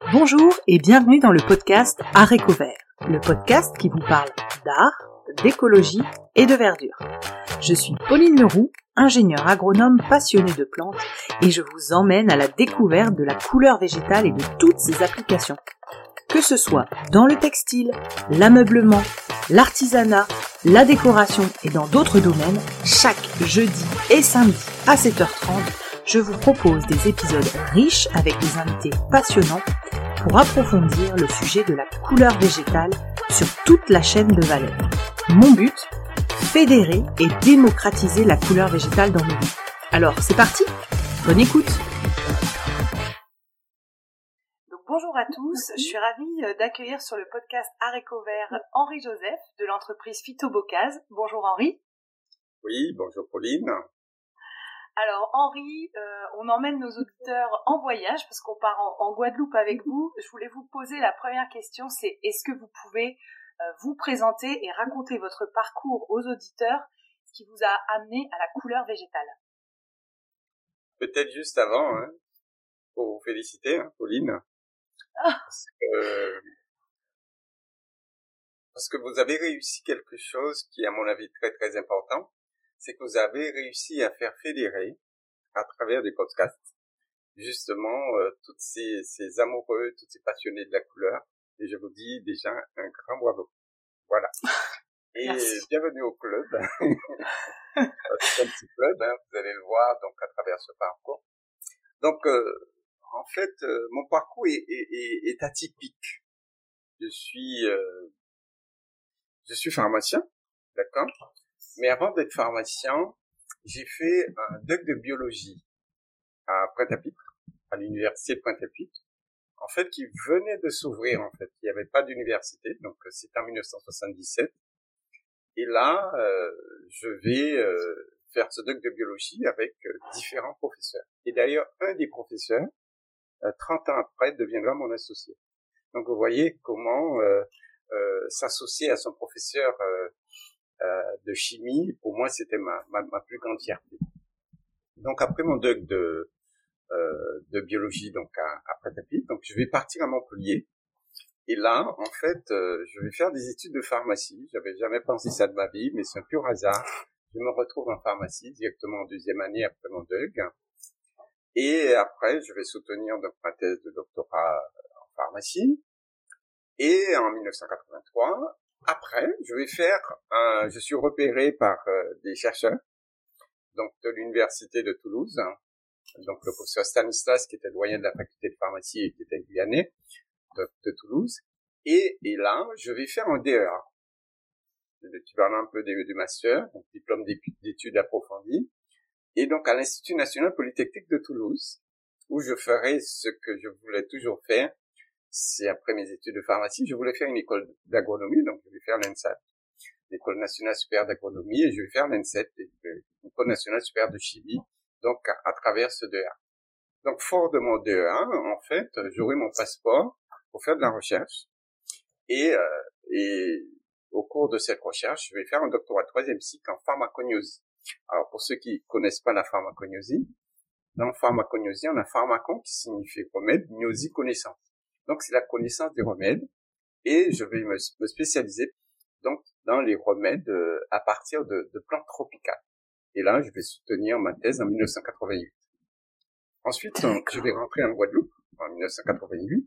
Bonjour et bienvenue dans le podcast Haricots Verts, le podcast qui vous parle d'art, d'écologie et de verdure. Je suis Pauline Leroux, ingénieure agronome passionnée de plantes et je vous emmène à la découverte de la couleur végétale et de toutes ses applications. Que ce soit dans le textile, l'ameublement, l'artisanat, la décoration et dans d'autres domaines, chaque jeudi et samedi à 7h30, je vous propose des épisodes riches avec des invités passionnants pour approfondir le sujet de la couleur végétale sur toute la chaîne de valeur. Mon but, fédérer et démocratiser la couleur végétale dans nos vies. Alors, c'est parti, bonne écoute. Donc, bonjour à tous, je suis ravie d'accueillir sur le podcast Haricots Verts Henri Joseph de l'entreprise Phytobocase. Bonjour Henri. Oui, bonjour Pauline. Alors Henri, on emmène nos auditeurs en voyage parce qu'on part en Guadeloupe avec vous. Je voulais vous poser la première question, c'est est-ce que vous pouvez vous présenter et raconter votre parcours aux auditeurs, ce qui vous a amené à la couleur végétale? Peut-être juste avant, pour vous féliciter, Pauline, parce que vous avez réussi quelque chose qui est à mon avis très très important. C'est que vous avez réussi à faire fédérer, à travers des podcasts, justement, toutes ces amoureux, tous ces passionnés de la couleur. Et je vous dis déjà un grand bravo. Voilà. Et Merci. bienvenue au club. C'est un petit club, vous allez le voir donc à travers ce parcours. Donc, en fait, mon parcours est atypique. Je suis pharmacien, d'accord? Mais avant d'être pharmacien, j'ai fait un doc de biologie à Pointe-à-Pitre, à l'université de Pointe-à-Pitre, en fait, qui venait de s'ouvrir, en fait. Il n'y avait pas d'université, donc c'était en 1977. Et là, je vais faire ce doc de biologie avec différents professeurs. Et d'ailleurs, un des professeurs, 30 ans après, deviendra mon associé. Donc, vous voyez comment s'associer à son professeur de chimie, pour moi, c'était ma plus grande fierté. Donc, après mon doc de biologie, donc à Pointe-à-Pitre, donc je vais partir à Montpellier. Et là, en fait, je vais faire des études de pharmacie. J'avais jamais pensé ça de ma vie, mais c'est un pur hasard. Je me retrouve en pharmacie directement en deuxième année après mon doc. Et après, je vais soutenir donc ma thèse de doctorat en pharmacie. Et en 1983, après, je suis repéré par des chercheurs, donc de l'université de Toulouse, donc le professeur Stanislas, qui était doyen de la faculté de pharmacie et qui était guyanais de Toulouse. Et là, je vais faire un DEA, l'équivalent un peu du master, donc diplôme d'études approfondies, et donc à l'Institut national polytechnique de Toulouse, où je ferai ce que je voulais toujours faire. C'est après mes études de pharmacie, je voulais faire une école d'agronomie, donc je vais faire l'ENSAT, l'École nationale supérieure d'agronomie, et je vais faire l'ENSET, l'École nationale supérieure de chimie, donc à travers ce DEA. Donc fort de mon DEA, en fait, j'aurai mon passeport pour faire de la recherche, et au cours de cette recherche, je vais faire un doctorat de 3e cycle en pharmacognosie. Alors pour ceux qui connaissent pas la pharmacognosie, dans pharmacognosie, on a pharmacon qui signifie remède, gnosie connaissance. Donc c'est la connaissance des remèdes, et je vais me spécialiser donc dans les remèdes à partir de plantes tropicales. Et là, je vais soutenir ma thèse en 1988. Ensuite, je vais rentrer en Guadeloupe en 1988,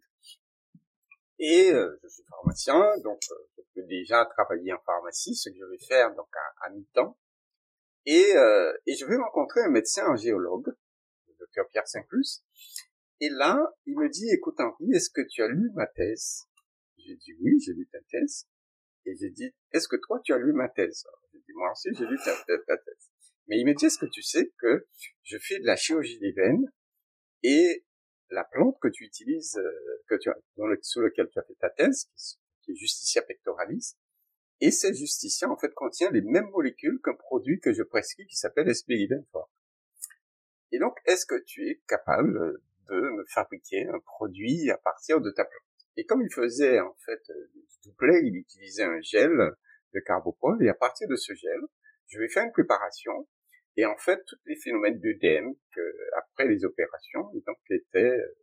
et je suis pharmacien, donc je peux déjà travailler en pharmacie, ce que je vais faire donc à mi-temps, et je vais rencontrer un médecin, un géologue, le docteur Pierre Saint-Clus. Et là, il me dit, écoute Henri, est-ce que tu as lu ma thèse? J'ai dit oui, j'ai lu ta thèse. Et j'ai dit, est-ce que toi tu as lu ma thèse? Alors, j'ai dit, moi aussi j'ai lu ta thèse. Mais il me dit, est-ce que tu sais que je fais de la chirurgie des veines, et la plante que tu utilises, sous laquelle tu as fait ta thèse, qui est Justicia pectoralis, et cette Justicia en fait contient les mêmes molécules qu'un produit que je prescris qui s'appelle Esperidenfor. Et donc, est-ce que tu es capable de me fabriquer un produit à partir de ta plante? Et comme il faisait en fait du doublet, il utilisait un gel de carbopol, et à partir de ce gel, je vais faire une préparation, et en fait tous les phénomènes d'œdème après les opérations donc étaient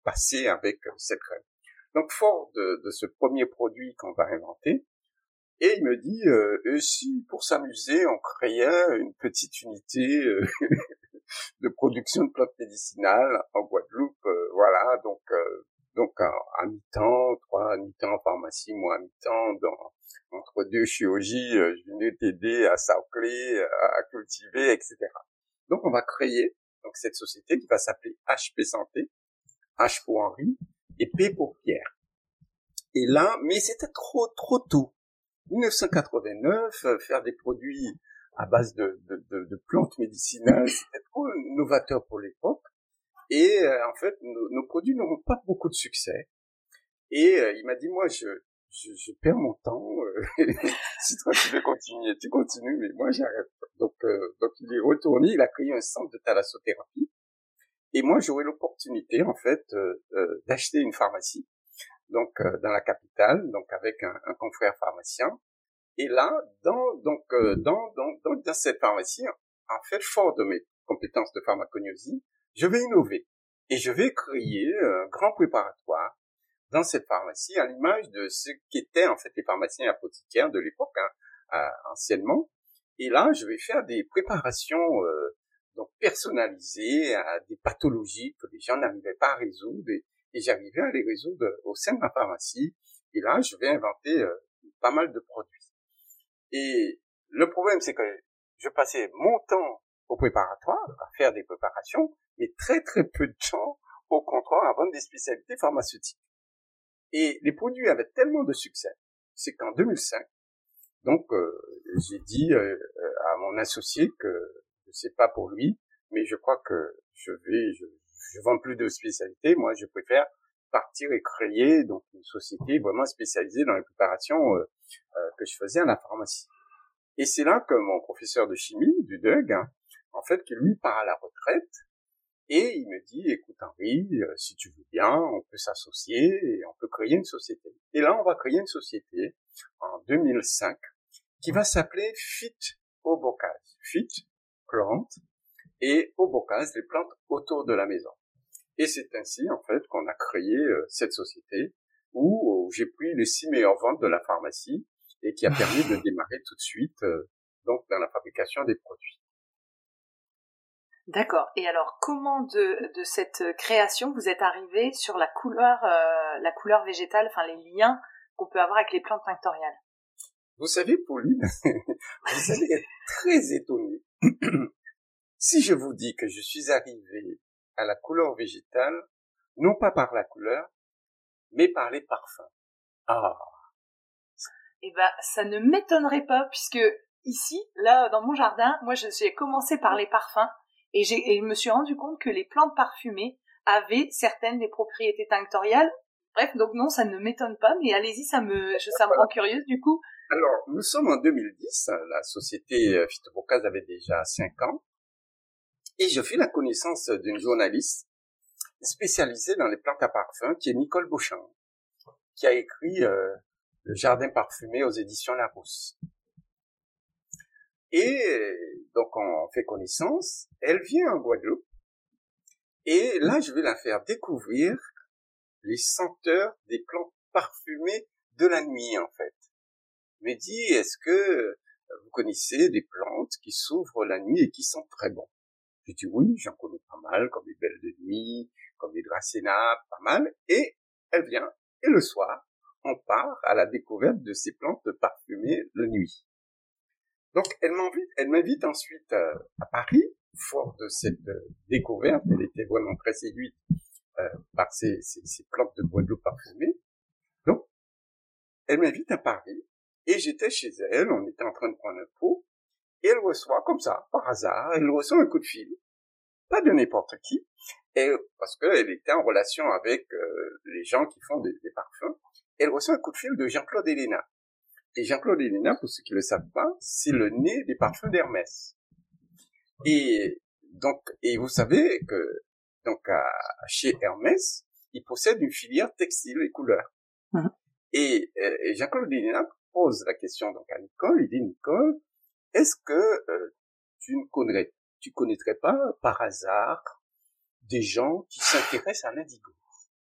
passer avec cette crème. Donc, fort de ce premier produit qu'on va inventer, et il me dit, et si pour s'amuser, on créait une petite unité de production de plantes médicinales en Guadeloupe, voilà, donc à mi-temps, toi à mi-temps en pharmacie, moi à mi-temps entre deux chirurgies, je venais t'aider à sarcler, à cultiver, etc. Donc on va créer donc cette société qui va s'appeler HP Santé, H pour Henri et P pour Pierre. Et là, mais c'était trop tôt. 1989, faire des produits à base de plantes médicinales, c'était trop novateur pour l'époque. Et en fait, nos produits n'auront pas beaucoup de succès. Et il m'a dit, moi, je perds mon temps. Si toi tu veux continuer, tu continues, mais moi j'arrête. Donc il est retourné, il a créé un centre de thalassothérapie. Et moi, j'aurai l'opportunité, en fait, d'acheter une pharmacie, donc dans la capitale, donc avec un confrère pharmacien. Et là, dans cette pharmacie, en fait, fort de mes compétences de pharmacognosie, je vais innover et je vais créer un grand préparatoire dans cette pharmacie à l'image de ce qu'étaient en fait les pharmaciens apothicaires de l'époque, anciennement. Et là, je vais faire des préparations donc personnalisées à des pathologies que les gens n'arrivaient pas à résoudre et j'arrivais à les résoudre au sein de ma pharmacie. Et là, je vais inventer pas mal de produits. Et le problème, c'est que je passais mon temps au préparatoire, à faire des préparations, mais très peu de temps au comptoir à vendre des spécialités pharmaceutiques. Et les produits avaient tellement de succès, c'est qu'en 2005, donc j'ai dit à mon associé que je sais pas pour lui, mais je crois que je vends plus de spécialités, moi je préfère partir et créer donc une société vraiment spécialisée dans les préparations que je faisais à la pharmacie. Et c'est là que mon professeur de chimie du DUG, en fait, qui lui part à la retraite, et il me dit, écoute Henri, si tu veux bien, on peut s'associer et on peut créer une société. Et là, on va créer une société en 2005 qui va s'appeler Fit Obocase. Fit, plantes, et Obocase, les plantes autour de la maison. Et c'est ainsi, en fait, qu'on a créé cette société où j'ai pris les 6 meilleures ventes de la pharmacie et qui a permis de démarrer tout de suite donc dans la fabrication des produits. D'accord. Et alors, comment de cette création vous êtes arrivé sur la couleur végétale, enfin les liens qu'on peut avoir avec les plantes tinctoriales? Vous savez, Pauline, vous allez être très étonnée si je vous dis que je suis arrivé à la couleur végétale, non pas par la couleur, mais par les parfums. Ah. Eh ben, ça ne m'étonnerait pas, puisque ici, là, dans mon jardin, moi, j'ai commencé par les parfums, et je me suis rendu compte que les plantes parfumées avaient certaines des propriétés tinctoriales. Bref, donc non, ça ne m'étonne pas, mais allez-y, ça me rend curieuse, du coup. Alors, nous sommes en 2010, la société Fit Obocase avait déjà 5 ans, et je fis la connaissance d'une journaliste spécialisée dans les plantes à parfum, qui est Nicole Beauchamp, qui a écrit Le Jardin parfumé aux éditions Larousse. Et donc on fait connaissance, elle vient en Guadeloupe, et là je vais la faire découvrir les senteurs des plantes parfumées de la nuit en fait. Elle me dit, est-ce que vous connaissez des plantes qui s'ouvrent la nuit et qui sentent très bon? Je dis oui, j'en connais pas mal, comme les belles de nuit, comme les dracénas, pas mal, et elle vient, et le soir, on part à la découverte de ces plantes parfumées la nuit. Donc, elle m'invite ensuite à Paris, fort de cette découverte. Elle était vraiment très séduite par ces plantes de Guadeloupe parfumées. Donc, elle m'invite à Paris, et j'étais chez elle, on était en train de prendre un pot, et elle reçoit, comme ça, par hasard, elle reçoit un coup de fil, pas de n'importe qui, et parce qu'elle était en relation avec les gens qui font des parfums, elle reçoit un coup de fil de Jean-Claude Héléna. Et Jean-Claude Héléna, pour ceux qui le savent pas, c'est le nez des parfums d'Hermès. Et donc, et vous savez que donc chez Hermès, ils possèdent une filière textile et couleurs. Mmh. Et Jean-Claude Héléna pose la question donc à Nicole. Il dit, Nicole, est-ce que tu connaîtrais pas par hasard des gens qui s'intéressent à l'indigo?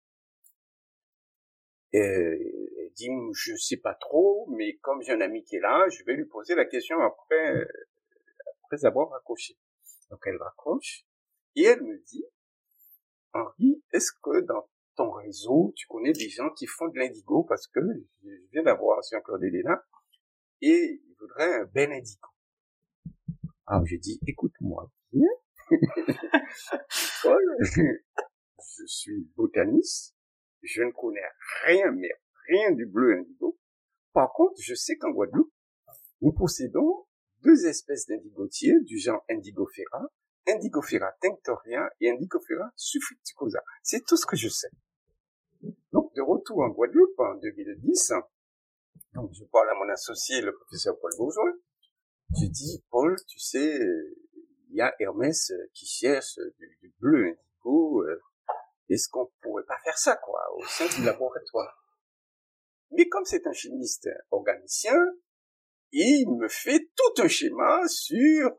Elle dit, je sais pas trop, mais comme j'ai un ami qui est là, je vais lui poser la question après avoir raccroché. Donc elle raccroche, et elle me dit, Henri, est-ce que dans ton réseau, tu connais des gens qui font de l'indigo, parce que je viens d'avoir sur Claude Elena, et il voudrait un bel indigo. Alors je dis, écoute-moi bien, Paul, je suis botaniste, je ne connais rien, mais rien du bleu indigo. Par contre, je sais qu'en Guadeloupe, nous possédons 2 espèces d'indigotiers du genre Indigofera, Indigofera tinctoria et Indigofera subfructuosa. C'est tout ce que je sais. Donc, de retour en Guadeloupe en 2010, donc je parle à mon associé, le professeur Paul Bourgeois. Je dis, Paul, tu sais, il y a Hermès qui cherche du bleu indigo. Est-ce qu'on pourrait pas faire ça, quoi, au sein du laboratoire? Mais comme c'est un chimiste organicien, il me fait tout un schéma sur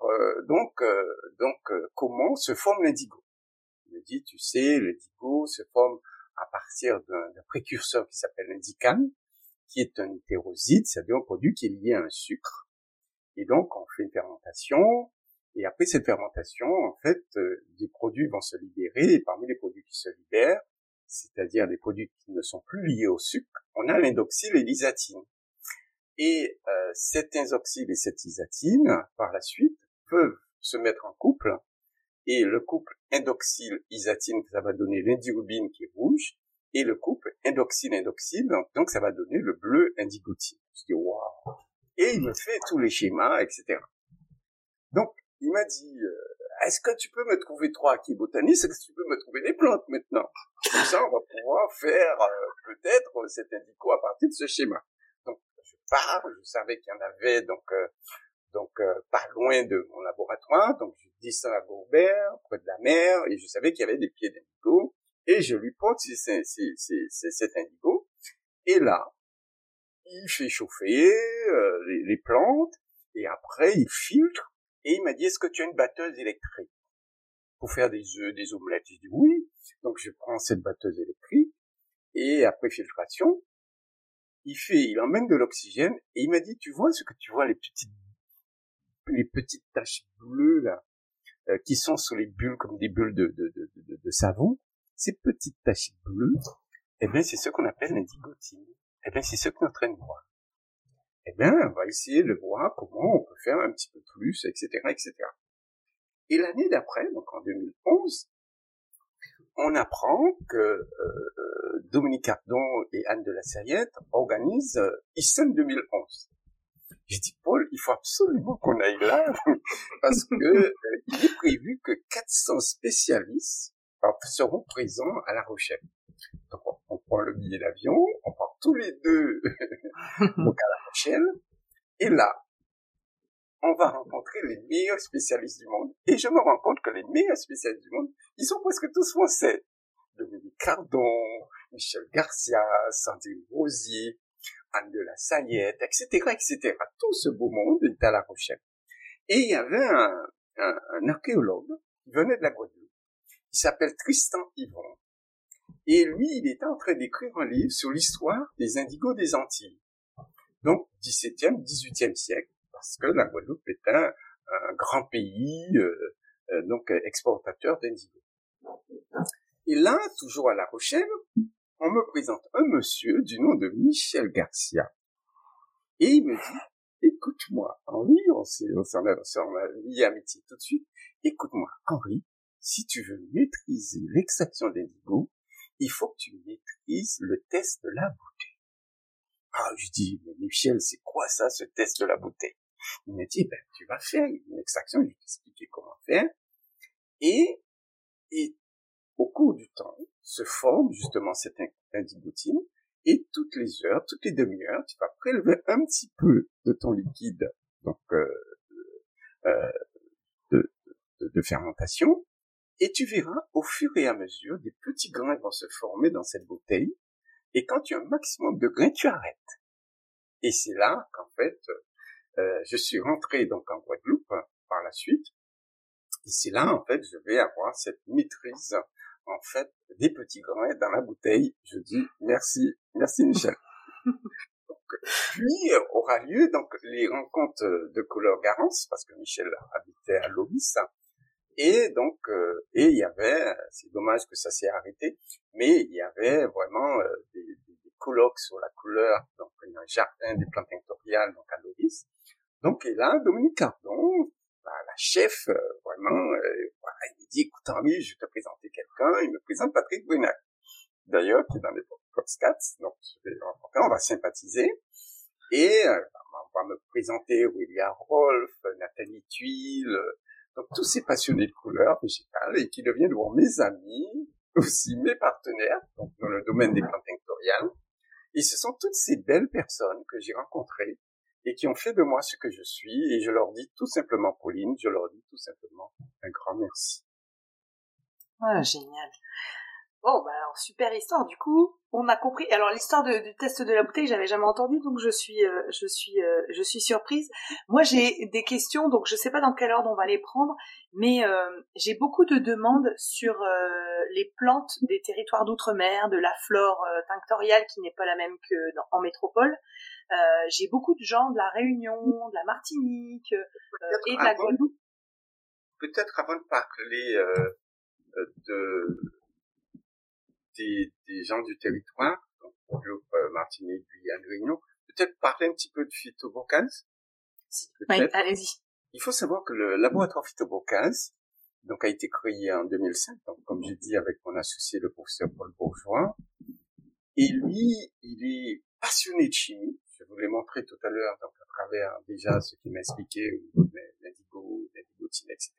comment se forme l'indigo. Il me dit, tu sais, l'indigo se forme à partir d'un précurseur qui s'appelle l'indicane, qui est un hétéroside, c'est-à-dire un produit qui est lié à un sucre. Et donc, on fait une fermentation, et après cette fermentation, en fait, des produits vont se libérer, et parmi les produits qui se libèrent, c'est-à-dire des produits qui ne sont plus liés au sucre, on a l'indoxyle et l'isatine. Et cet indoxyle et cette isatine, par la suite, peuvent se mettre en couple, et le couple indoxyle-isatine, ça va donner l'indirubine qui est rouge, et le couple indoxyle-indoxyle, donc ça va donner le bleu indigotine. Je dis, waouh! Et il me fait tous les schémas, etc. Donc, il m'a dit, est-ce que tu peux me trouver 3 acquis botanistes? Est-ce que tu peux me trouver des plantes maintenant? Comme ça, on va pouvoir faire peut-être cet indigo à partir de ce schéma. Donc, je pars, je savais qu'il y en avait pas loin de mon laboratoire, donc je descends à Gourbert, près de la mer, et je savais qu'il y avait des pieds d'indigo, et je lui porte cet indigo, et là, il fait chauffer les plantes, et après il filtre, et il m'a dit, est-ce que tu as une batteuse électrique pour faire des œufs, des omelettes? Je dis oui. Donc je prends cette batteuse électrique, et après filtration, il emmène de l'oxygène, et il m'a dit, tu vois ce que tu vois, les petites taches bleues là, qui sont sur les bulles comme des bulles de savon, ces petites taches bleues, eh bien c'est ce qu'on appelle l'indigotine. Eh bien c'est ce qu'on est en train de voir. Eh bien, on va essayer de voir comment on peut faire un petit peu plus, etc., etc. Et l'année d'après, donc en 2011, on apprend que Dominique Ardon et Anne de la Serriette organisent ISEM 2011. J'ai dit, Paul, il faut absolument qu'on aille là, parce que il est prévu que 400 spécialistes seront présents à La Rochelle. Donc, on prend le billet d'avion, on part tous les deux donc à La Rochelle, et là, on va rencontrer les meilleurs spécialistes du monde. Et je me rends compte que les meilleurs spécialistes du monde, ils sont presque tous français. Dominique Cardon, Michel Garcia, Sandrine Rosier, Anne de la Sayette, etc., etc. Tout ce beau monde est à La Rochelle. Et il y avait un archéologue qui venait de la Guadeloupe. Il s'appelle Tristan Yvon. Et lui, il était en train d'écrire un livre sur l'histoire des indigos des Antilles. Donc, 17e, 18e siècle, parce que la Guadeloupe est un grand pays, donc exportateur d'indigo. Et là, toujours à La Rochelle, on me présente un monsieur du nom de Michel Garcia. Et il me dit, écoute-moi, Henri, on s'en a lié amitié tout de suite. Écoute-moi, Henri, si tu veux maîtriser l'extraction d'indigo, il faut que tu maîtrises le test de la bouteille. Ah, je dis, mais Michel, c'est quoi ça, ce test de la bouteille? Il me dit, tu vas faire une extraction, je vais t'expliquer comment faire. Et au cours du temps, se forme justement cette indigotine, et toutes les heures, toutes les demi-heures, tu vas prélever un petit peu de ton liquide, donc de fermentation, et tu verras au fur et à mesure, des petits grains vont se former dans cette bouteille, et quand tu as un maximum de grains, tu arrêtes. Et c'est là qu'en fait, je suis rentré donc en Guadeloupe par la suite, et c'est là en fait je vais avoir cette maîtrise en fait des petits grains dans la bouteille. Je dis merci Merci Michel. Puis aura lieu donc les rencontres de couleur Garance, parce que Michel habitait à Lovis, et donc et il y avait, c'est dommage que ça s'est arrêté, mais il y avait vraiment des colloques sur la couleur, donc un jardin des plantes tinctoriales donc à Lovis. Donc et là Dominique Cardon, la chef, vraiment, voilà, il me dit écoute Henri, je vais te présenter quelqu'un, il me présente Patrick Brunac, d'ailleurs qui est dans les podcasts, donc je vais le rencontrer, on va sympathiser. Et on va me présenter William Rolf, Nathalie Thuil, donc tous ces passionnés de couleurs végétales et qui deviennent mes amis, aussi mes partenaires, donc dans le domaine des plantes tinctoriales. Et ce sont toutes ces belles personnes que j'ai rencontrées et qui ont fait de moi ce que je suis. Et je leur dis tout simplement, Pauline, je leur dis tout simplement un grand merci. Ah, génial. Bon, bah alors super histoire. Du coup, on a compris. Alors l'histoire du test de la bouteille, j'avais jamais entendu, donc je suis surprise. Moi, j'ai des questions, donc je sais pas dans quelle ordre on va les prendre, mais j'ai beaucoup de demandes sur les plantes des territoires d'outre-mer, de la flore tinctoriale qui n'est pas la même que en métropole. J'ai beaucoup de gens de la Réunion, de la Martinique et de la Guadeloupe. Peut-être avant de parler des gens du territoire, donc Guadeloupe, Martinique, Guyane, Réunion, peut-être parler un petit peu de Phytobocase. Oui, allez-y. Il faut savoir que le laboratoire Phytobocase, donc, a été créé en 2005, donc, comme j'ai dit, avec mon associé, le professeur Paul Bourgeois. Et lui, il est passionné de chimie. Je vous l'ai montré tout à l'heure, donc, à travers déjà ce qu'il m'a expliqué, l'indigotine, etc.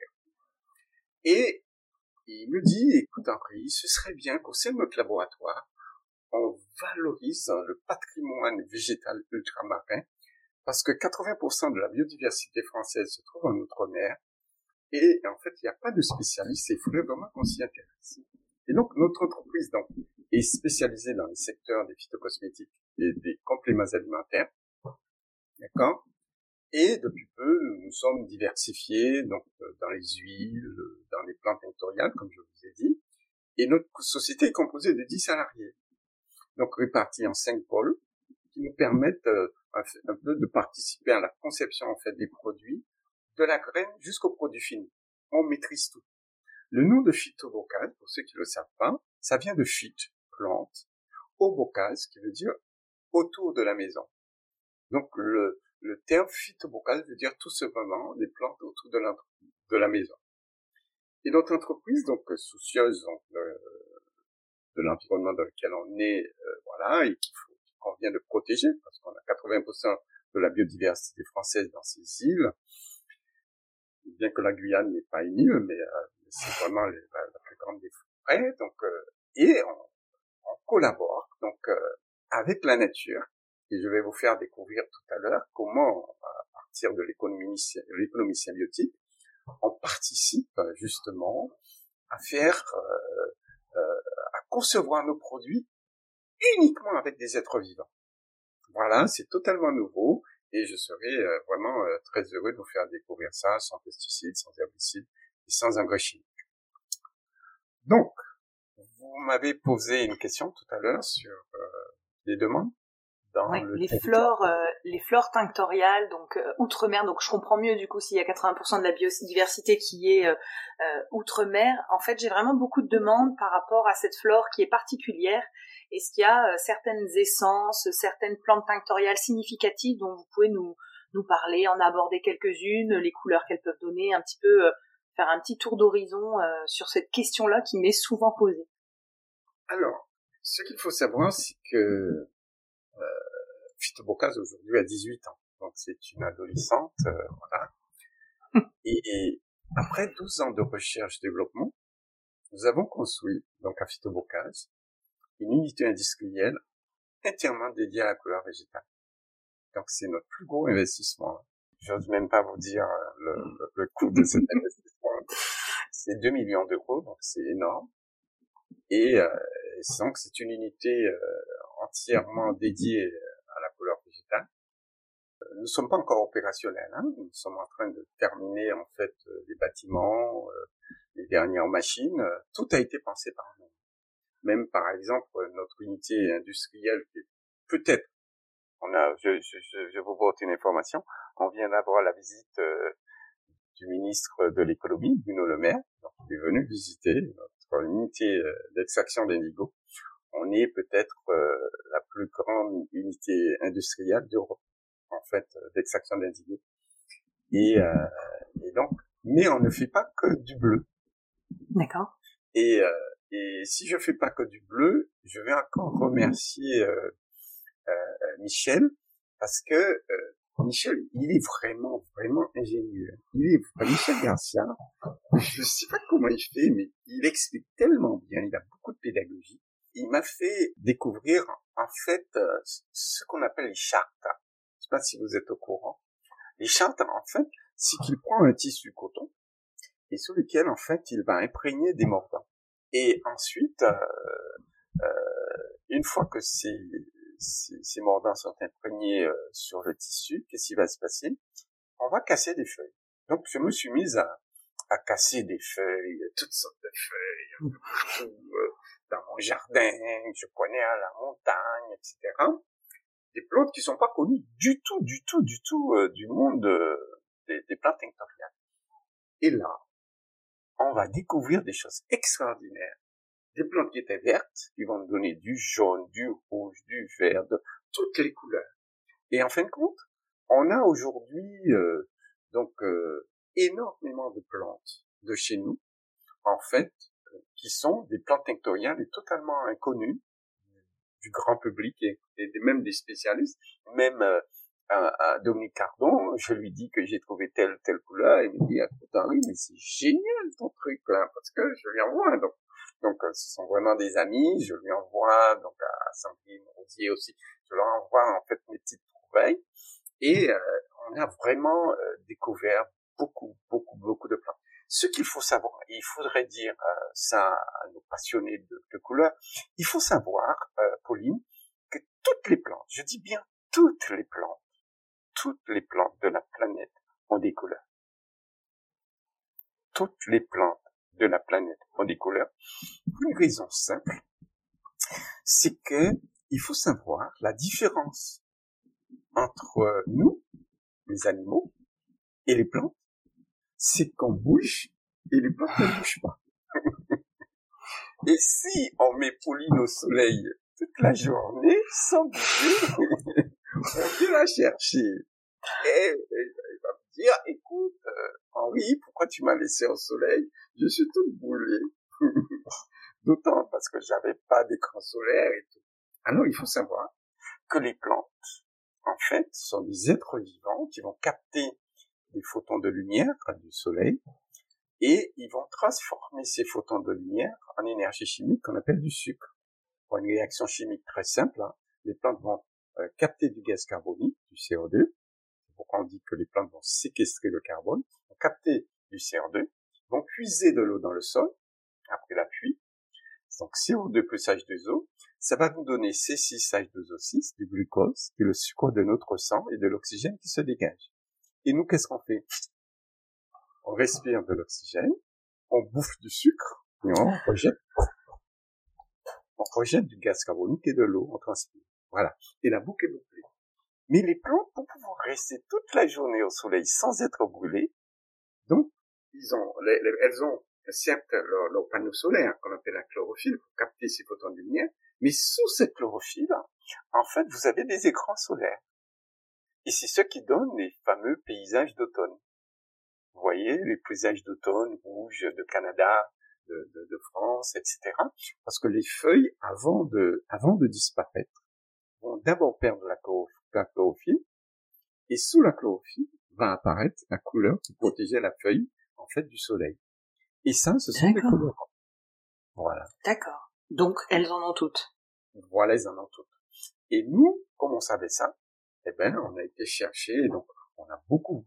Et il me dit, écoute Henri, ce serait bien qu'au sein de notre laboratoire, on valorise le patrimoine végétal ultramarin, parce que 80% de la biodiversité française se trouve en outre-mer, et en fait, il n'y a pas de spécialistes, et il faudrait vraiment qu'on s'y intéresse. Et donc, notre entreprise donc, est spécialisée dans les secteurs des phytocosmétiques et des compléments alimentaires, d'accord? Et depuis peu, nous sommes diversifiés donc dans les huiles, dans les plantes tinctoriales, comme je vous ai dit, et notre société est composée de 10 salariés, donc répartis en 5 pôles, qui nous permettent un peu de participer à la conception en fait des produits, de la graine jusqu'au produit fini. On maîtrise tout. Le nom de Phytobocase, pour ceux qui ne le savent pas, ça vient de phyte, plante, obocase, qui veut dire autour de la maison. Donc le terme Phytobocase veut dire tout simplement les plantes autour de la maison. Et notre entreprise, donc soucieuse donc, de l'environnement dans lequel on est, voilà, et qu'il convient de protéger, parce qu'on a 80% de la biodiversité française dans ces îles, bien que la Guyane n'est pas une île, mais c'est vraiment la plus grande des forêts. Donc, et on collabore donc avec la nature. Et je vais vous faire découvrir tout à l'heure comment, à partir de l'économie symbiotique, on participe justement à faire, à concevoir nos produits uniquement avec des êtres vivants. Voilà, c'est totalement nouveau. Et je serai vraiment très heureux de vous faire découvrir ça sans pesticides, sans herbicides et sans engrais chimiques. Donc, vous m'avez posé une question tout à l'heure sur les demandes dans le les flores tinctoriales, donc outre-mer. Donc je comprends mieux du coup s'il y a 80% de la biodiversité qui est outre-mer. En fait, j'ai vraiment beaucoup de demandes par rapport à cette flore qui est particulière. Est-ce qu'il y a certaines essences, certaines plantes tinctoriales significatives dont vous pouvez nous parler, en aborder quelques-unes, les couleurs qu'elles peuvent donner, un petit peu faire un petit tour d'horizon sur cette question-là qui m'est souvent posée. Alors, ce qu'il faut savoir, c'est que Phytobocase aujourd'hui a 18 ans, donc c'est une adolescente, voilà. Et après 12 ans de recherche-développement, nous avons construit, donc à Phytobocase, une unité industrielle entièrement dédiée à la couleur végétale. Donc c'est notre plus gros investissement. J'ose même pas vous dire le coût de cet investissement. C'est 2 millions d'euros, donc c'est énorme. Et donc c'est une unité entièrement dédiée à la couleur végétale. Nous ne sommes pas encore opérationnels, hein. Nous sommes en train de terminer en fait les bâtiments, les dernières machines. Tout a été pensé par nous. Même par exemple notre unité industrielle qui est peut-être, je vous porte une information, on vient d'avoir la visite du ministre de l'économie, Bruno Le Maire, donc il est venu visiter notre unité d'extraction d'indigo. On est peut-être la plus grande unité industrielle d'Europe, en fait, d'extraction d'indigo. Et donc, mais on ne fait pas que du bleu. D'accord. Et si je fais pas que du bleu, je vais encore remercier Michel, parce que Michel, il est vraiment, vraiment ingénieux. Michel Garcia, je sais pas comment il fait, mais il explique tellement bien, il a beaucoup de pédagogie. Il m'a fait découvrir, en fait, ce qu'on appelle les chartes. Je sais pas si vous êtes au courant. Les chartes, en fait, c'est qu'il prend un tissu coton, et sur lequel, en fait, il va imprégner des mordants. Et ensuite, une fois que ces mordants sont imprégnés sur le tissu, qu'est-ce qui va se passer? On va casser des feuilles. Donc, je me suis mise à casser des feuilles, toutes sortes de feuilles, dans mon jardin, je prenais à la montagne, etc. Des plantes qui sont pas connues du tout du monde des plantes tinctoriales. Et là, on va découvrir des choses extraordinaires. Des plantes qui étaient vertes, qui vont nous donner du jaune, du rouge, du vert, de toutes les couleurs. Et en fin de compte, on a aujourd'hui énormément de plantes de chez nous, en fait, qui sont des plantes tinctoriales et totalement inconnues du grand public et même des spécialistes. Même à Dominique Cardon, je lui dis que j'ai trouvé telle couleur, et il me dit, écoute Henri, mais c'est génial ton truc là, parce que je lui envoie. Donc ce sont vraiment des amis, je lui envoie, donc à Sandrine Rosier aussi, je leur envoie en fait mes petites trouvailles, et on a vraiment découvert beaucoup de plantes. Ce qu'il faut savoir, et il faudrait dire ça à nos passionnés de couleurs, il faut savoir, Pauline, que toutes les plantes, je dis bien toutes les plantes de la planète ont des couleurs. Toutes les plantes de la planète ont des couleurs. Une raison simple, c'est que il faut savoir la différence entre nous, les animaux, et les plantes, c'est qu'on bouge et les plantes ne bougent pas. Et si on met Pauline au soleil toute la journée, sans bouger, on peut la chercher. Et il va me dire, écoute, Henri, pourquoi tu m'as laissé au soleil? Je suis toute brûlée. D'autant parce que j'avais pas d'écran solaire et tout. Alors, il faut savoir que les plantes, en fait, sont des êtres vivants qui vont capter des photons de lumière du soleil et ils vont transformer ces photons de lumière en énergie chimique qu'on appelle du sucre. Pour une réaction chimique très simple, les plantes vont capter du gaz carbonique, du CO2. C'est pourquoi on dit que les plantes vont séquestrer le carbone, vont capter du CO2, vont puiser de l'eau dans le sol, après la pluie. Donc CO2 plus H2O, ça va nous donner C6H2O6, du glucose, qui est le sucre de notre sang, et de l'oxygène qui se dégage. Et nous, qu'est-ce qu'on fait? On respire de l'oxygène, on bouffe du sucre, et on rejette du gaz carbonique et de l'eau, on transpire. Voilà. Et la boucle est bouclée. Mais les plantes, pour pouvoir rester toute la journée au soleil sans être brûlées, donc, elles ont certes leur panneau solaire, qu'on appelle la chlorophylle, pour capter ces photons de lumière, mais sous cette chlorophylle, en fait, vous avez des écrans solaires. Et c'est ce qui donne les fameux paysages d'automne. Vous voyez, les paysages d'automne, rouges de Canada, de France, etc. Parce que les feuilles, avant de disparaître, vont d'abord perdre la chlorophylle, et sous la chlorophylle va apparaître la couleur qui protégeait la feuille, en fait, du soleil. Et ça, ce sont des colorants. Voilà. D'accord. Donc, elles en ont toutes. Voilà, elles en ont toutes. Et nous, comme on savait ça, eh ben, on a été chercher, donc, on a beaucoup,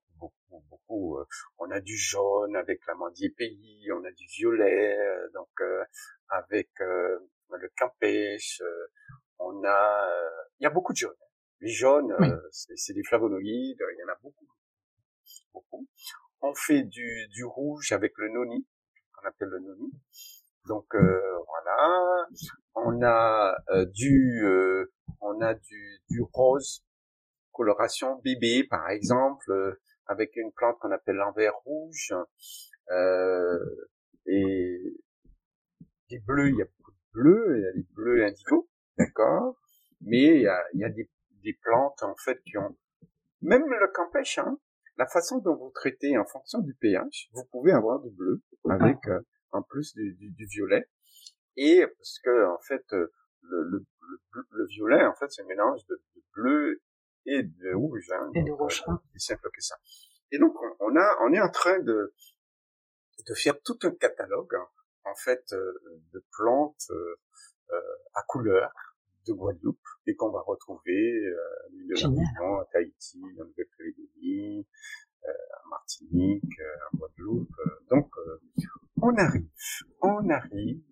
on a du jaune avec l'amandier pays, on a du violet, donc, avec, le campèche, on a, il y a beaucoup de jaune. Les jaunes, oui. C'est des flavonoïdes, il y en a beaucoup. On fait du rouge avec le noni, qu'on appelle le noni. Donc voilà, on a du rose, coloration bébé par exemple, avec une plante qu'on appelle l'envers rouge, euh, et des bleus, il y a beaucoup de bleus, il y a des bleus indigo, d'accord, mais il y a des plantes en fait qui ont, même le campèche, hein, la façon dont vous traitez en fonction du pH, vous pouvez avoir du bleu avec en plus du violet. Et parce que en fait le violet en fait c'est un mélange de bleu et de rouge, hein, Et de rouge. c'est simple que ça. Et donc on est en train de faire tout un catalogue, hein, en fait de plantes à couleurs de Guadeloupe et qu'on va retrouver à l'île de la Réunion, à Tahiti, en Nouvelle-Calédonie, à Martinique, à Guadeloupe. Donc on arrive, on arrive,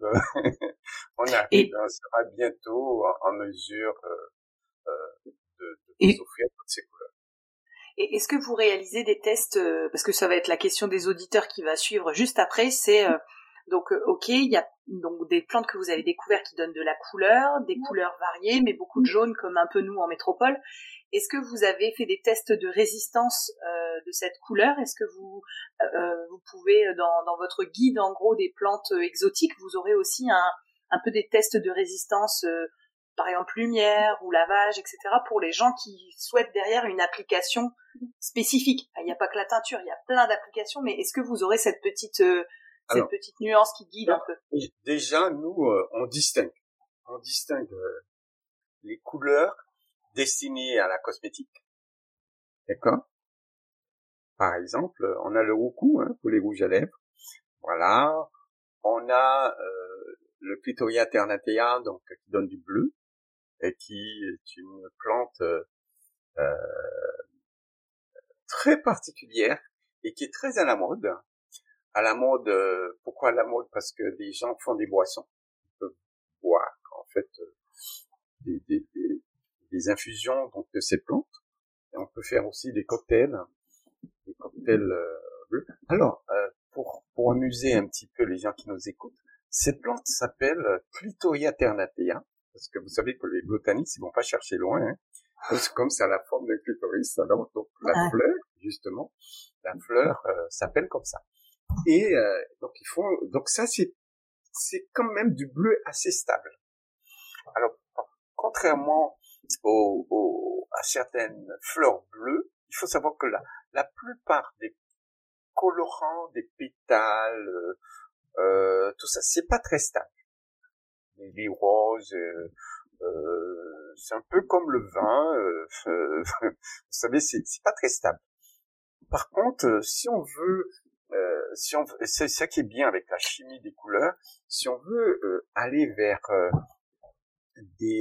on sera bientôt en mesure de vous offrir toutes ces couleurs. Et est-ce que vous réalisez des tests, parce que ça va être la question des auditeurs qui va suivre juste après, c'est donc ok, il y a donc des plantes que vous avez découvertes qui donnent de la couleur, des couleurs variées, mais beaucoup de jaune comme un peu nous en métropole. Est-ce que vous avez fait des tests de résistance de cette couleur? Est-ce que vous pouvez dans votre guide en gros des plantes exotiques, vous aurez aussi un peu des tests de résistance, par exemple lumière ou lavage, etc. pour les gens qui souhaitent derrière une application spécifique. Il n'y a pas que la teinture, il y a plein d'applications, mais est-ce que vous aurez cette petite nuance qui guide un peu? Déjà, nous, on distingue les couleurs destinées à la cosmétique, d'accord? Par exemple, on a le roucou, hein, pour les rouges à lèvres, voilà. On a le Clitoria ternatea, donc qui donne du bleu, et qui est une plante très particulière et qui est très à la mode. À la mode, pourquoi à la mode? Parce que les gens font des boissons, ils peuvent boire en fait des infusions donc de ces plantes. Et on peut faire aussi des cocktails bleus. Alors, pour amuser un petit peu les gens qui nous écoutent, cette plante s'appelle Clitoria ternatea, parce que vous savez que les botanistes ils vont pas chercher loin, hein. Comme c'est à la forme d'un clitoris, alors donc la fleur, justement, la fleur s'appelle comme ça. Et donc ça c'est quand même du bleu assez stable. Alors contrairement à certaines fleurs bleues, il faut savoir que la plupart des colorants, des pétales, tout ça, c'est pas très stable. Les roses, c'est un peu comme le vin, vous savez, c'est pas très stable. Par contre, si on veut, c'est ça qui est bien avec la chimie des couleurs, si on veut aller vers des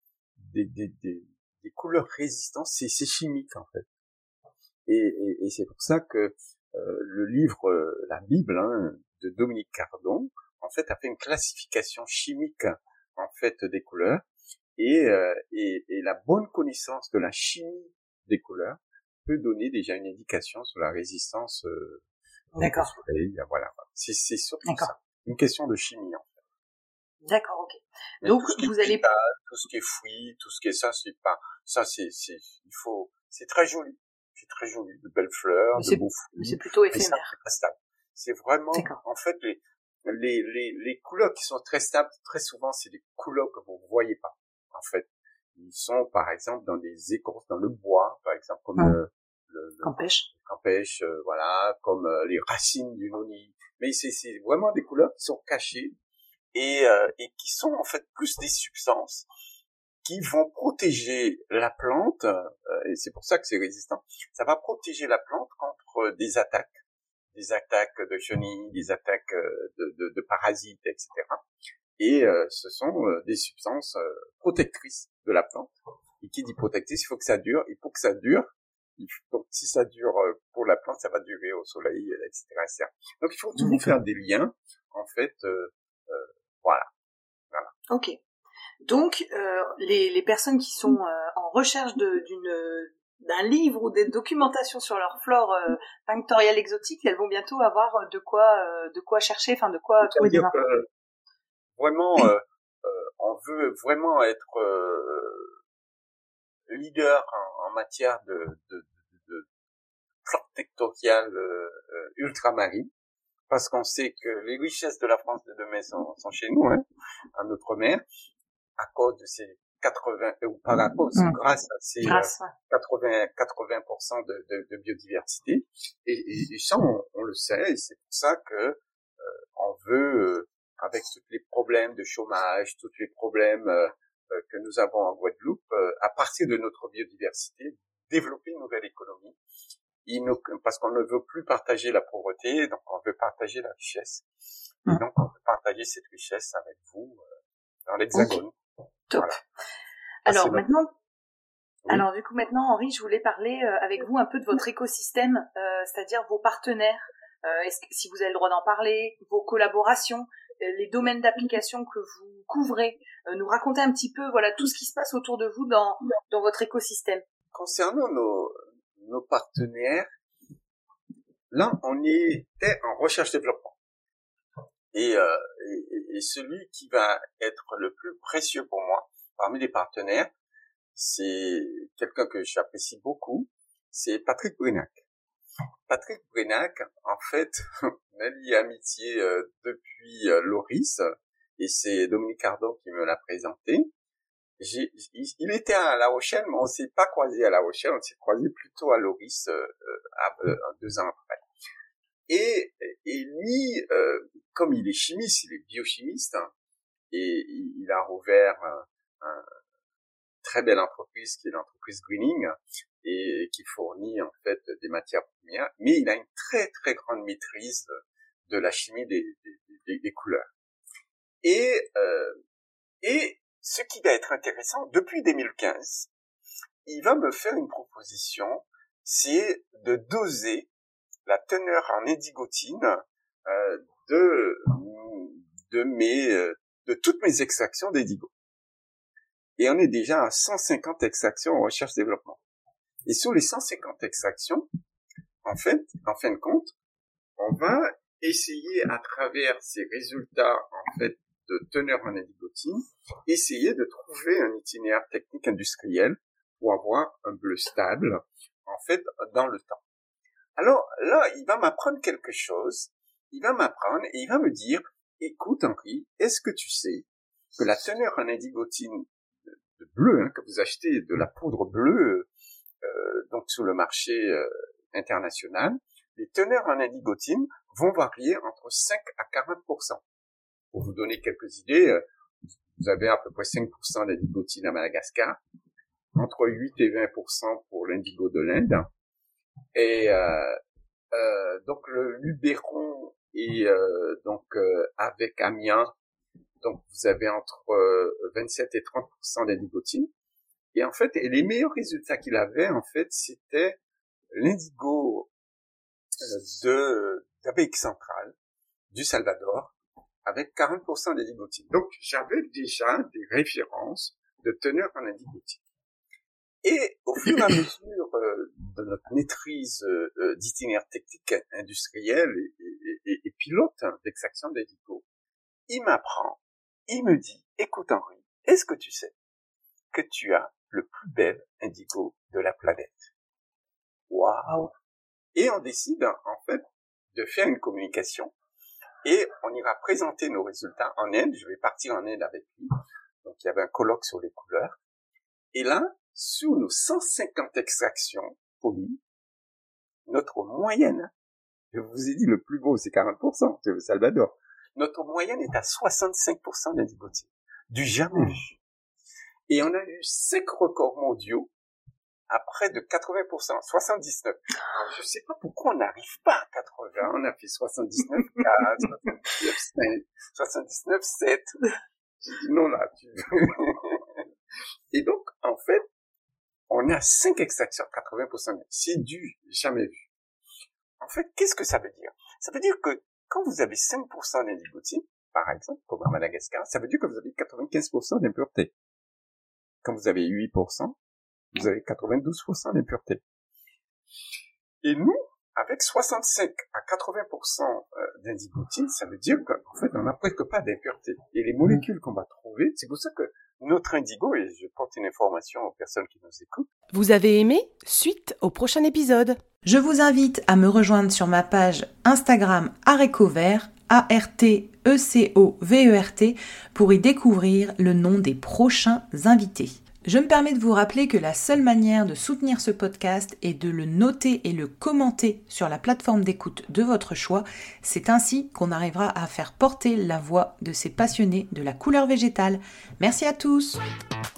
couleurs résistantes, c'est chimique en fait. Et c'est pour ça que le livre, la Bible, hein, de Dominique Cardon, en fait, a fait une classification chimique en fait des couleurs, et la bonne connaissance de la chimie des couleurs peut donner déjà une indication sur la résistance au soleil. Voilà, c'est surtout ça, une question de chimie en fait. D'accord, ok. Donc vous allez pétale, tout ce qui est fruits, tout ce qui est ça, c'est pas ça, c'est très joli. C'est très joli, de belles fleurs, de beaux fruits. C'est plutôt éphémère. C'est pas stable. C'est vraiment, en fait, les couleurs qui sont très stables, très souvent, c'est des couleurs que vous voyez pas, en fait. Ils sont, par exemple, dans des écorces, dans le bois, par exemple, comme le campèche, voilà, comme les racines du noni. Mais c'est vraiment des couleurs qui sont cachées et qui sont, en fait, plus des substances qui vont protéger la plante, et c'est pour ça que c'est résistant, ça va protéger la plante contre des attaques de chenilles, des attaques de parasites, etc. Et ce sont des substances protectrices de la plante. Et qui dit protectrice, il faut que ça dure. Il faut que ça dure. Donc si ça dure pour la plante, ça va durer au soleil, etc., etc. Donc il faut toujours faire des liens, en fait. Voilà. Ok. Donc, les personnes qui sont en recherche d'un livre ou de documentation sur leur flore tinctoriale exotique, elles vont bientôt avoir de quoi chercher, enfin de quoi trouver des infos. vraiment, on veut vraiment être leader en matière de flotte territoriale ultramarine, parce qu'on sait que les richesses de la France de demain sont chez nous, hein, en outre-mer, à cause de ces 80, ou par rapport, grâce à ces 80% de biodiversité. Et ça, on le sait, et c'est pour ça que on veut, avec tous les problèmes de chômage, tous les problèmes que nous avons en Guadeloupe, à partir de notre biodiversité, développer une nouvelle économie. Parce qu'on ne veut plus partager la pauvreté, donc on veut partager la richesse. Et donc on veut partager cette richesse avec vous dans l'Hexagone. Okay. Top. Voilà. Alors maintenant, du coup maintenant, Henri, je voulais parler avec vous un peu de votre écosystème, c'est-à-dire vos partenaires. Si vous avez le droit d'en parler, vos collaborations, les domaines d'application que vous couvrez, nous raconter un petit peu, voilà, tout ce qui se passe autour de vous dans votre écosystème. Concernant nos partenaires, là, on était en recherche-développement. Et celui qui va être le plus précieux pour moi, parmi les partenaires, c'est quelqu'un que j'apprécie beaucoup, c'est Patrick Brinac. Patrick Brinac, en fait, on a lié amitié depuis Loris, et c'est Dominique Ardon qui me l'a présenté. Il était à La Rochelle, mais on s'est pas croisé à La Rochelle, on s'est croisé plutôt à Loris 2 ans après. Et lui, comme il est chimiste, il est biochimiste, hein, et il a rouvert un très belle entreprise qui est l'entreprise Greening, et qui fournit en fait des matières premières, mais il a une très très grande maîtrise de la chimie des couleurs. Et ce qui va être intéressant, depuis 2015, il va me faire une proposition, c'est de doser la teneur en indigotine de toutes mes extractions d'indigo. Et on est déjà à 150 extractions en recherche-développement. Et sur les 150 extractions, en fin de compte, on va essayer à travers ces résultats, en fait, de teneur en indigotine, essayer de trouver un itinéraire technique industriel pour avoir un bleu stable, en fait, dans le temps. Alors là, il va m'apprendre quelque chose, il va m'apprendre et il va me dire, écoute Henri, est-ce que tu sais que la teneur en indigotine de bleu, hein, que vous achetez de la poudre bleue, donc sur le marché international, les teneurs en indigotine vont varier entre 5 à 40%. Pour vous donner quelques idées, vous avez à peu près 5% d'indigotine à Madagascar, entre 8 et 20% pour l'indigo de l'Inde, et donc le Luberon et avec Amiens, donc vous avez entre 27 et 30% d'indigotine. Et en fait, les meilleurs résultats qu'il avait, en fait, c'était l'indigo d'Amérique centrale, du Salvador, avec 40% d'indigotine. Donc, j'avais déjà des références de teneur en indigotine. Et au fur et à mesure de notre maîtrise d'itinéraire technique industriel et pilote d'extraction d'indigo, il m'apprend, il me dit, écoute Henri, est-ce que tu sais que tu as le plus bel indigo de la planète? Waouh! Et on décide, en fait, de faire une communication et on ira présenter nos résultats en Inde. Je vais partir en Inde avec lui. Donc, il y avait un colloque sur les couleurs. Et là, sur nos 150 extractions polies, notre moyenne, je vous ai dit le plus beau, c'est 40%, c'est le Salvador. Notre moyenne est à 65% d'indigotine. Du jamais vu. Et on a eu 5 records mondiaux à près de 80%, 79. Alors, je sais pas pourquoi on n'arrive pas à 80. On a fait 79, 4, 79, 5, 79, 7. J'ai dit non là, Et donc, en fait, on a 5 extractions, 80%. C'est du jamais vu. En fait, qu'est-ce que ça veut dire? Ça veut dire que quand vous avez 5% d'indigotine, par exemple, comme à Madagascar, ça veut dire que vous avez 95% d'impureté. Quand vous avez 8%, vous avez 92% d'impureté. Et nous, avec 65 à 80% d'indigotine, ça veut dire qu'en fait, on n'a presque pas d'impureté. Et les molécules qu'on va trouver, c'est pour ça que notre indigo, et je porte une information aux personnes qui nous écoutent. Vous avez aimé ? Suite au prochain épisode. Je vous invite à me rejoindre sur ma page Instagram Arecovert, ARTECOVERT, pour y découvrir le nom des prochains invités. Je me permets de vous rappeler que la seule manière de soutenir ce podcast est de le noter et le commenter sur la plateforme d'écoute de votre choix. C'est ainsi qu'on arrivera à faire porter la voix de ces passionnés de la couleur végétale. Merci à tous!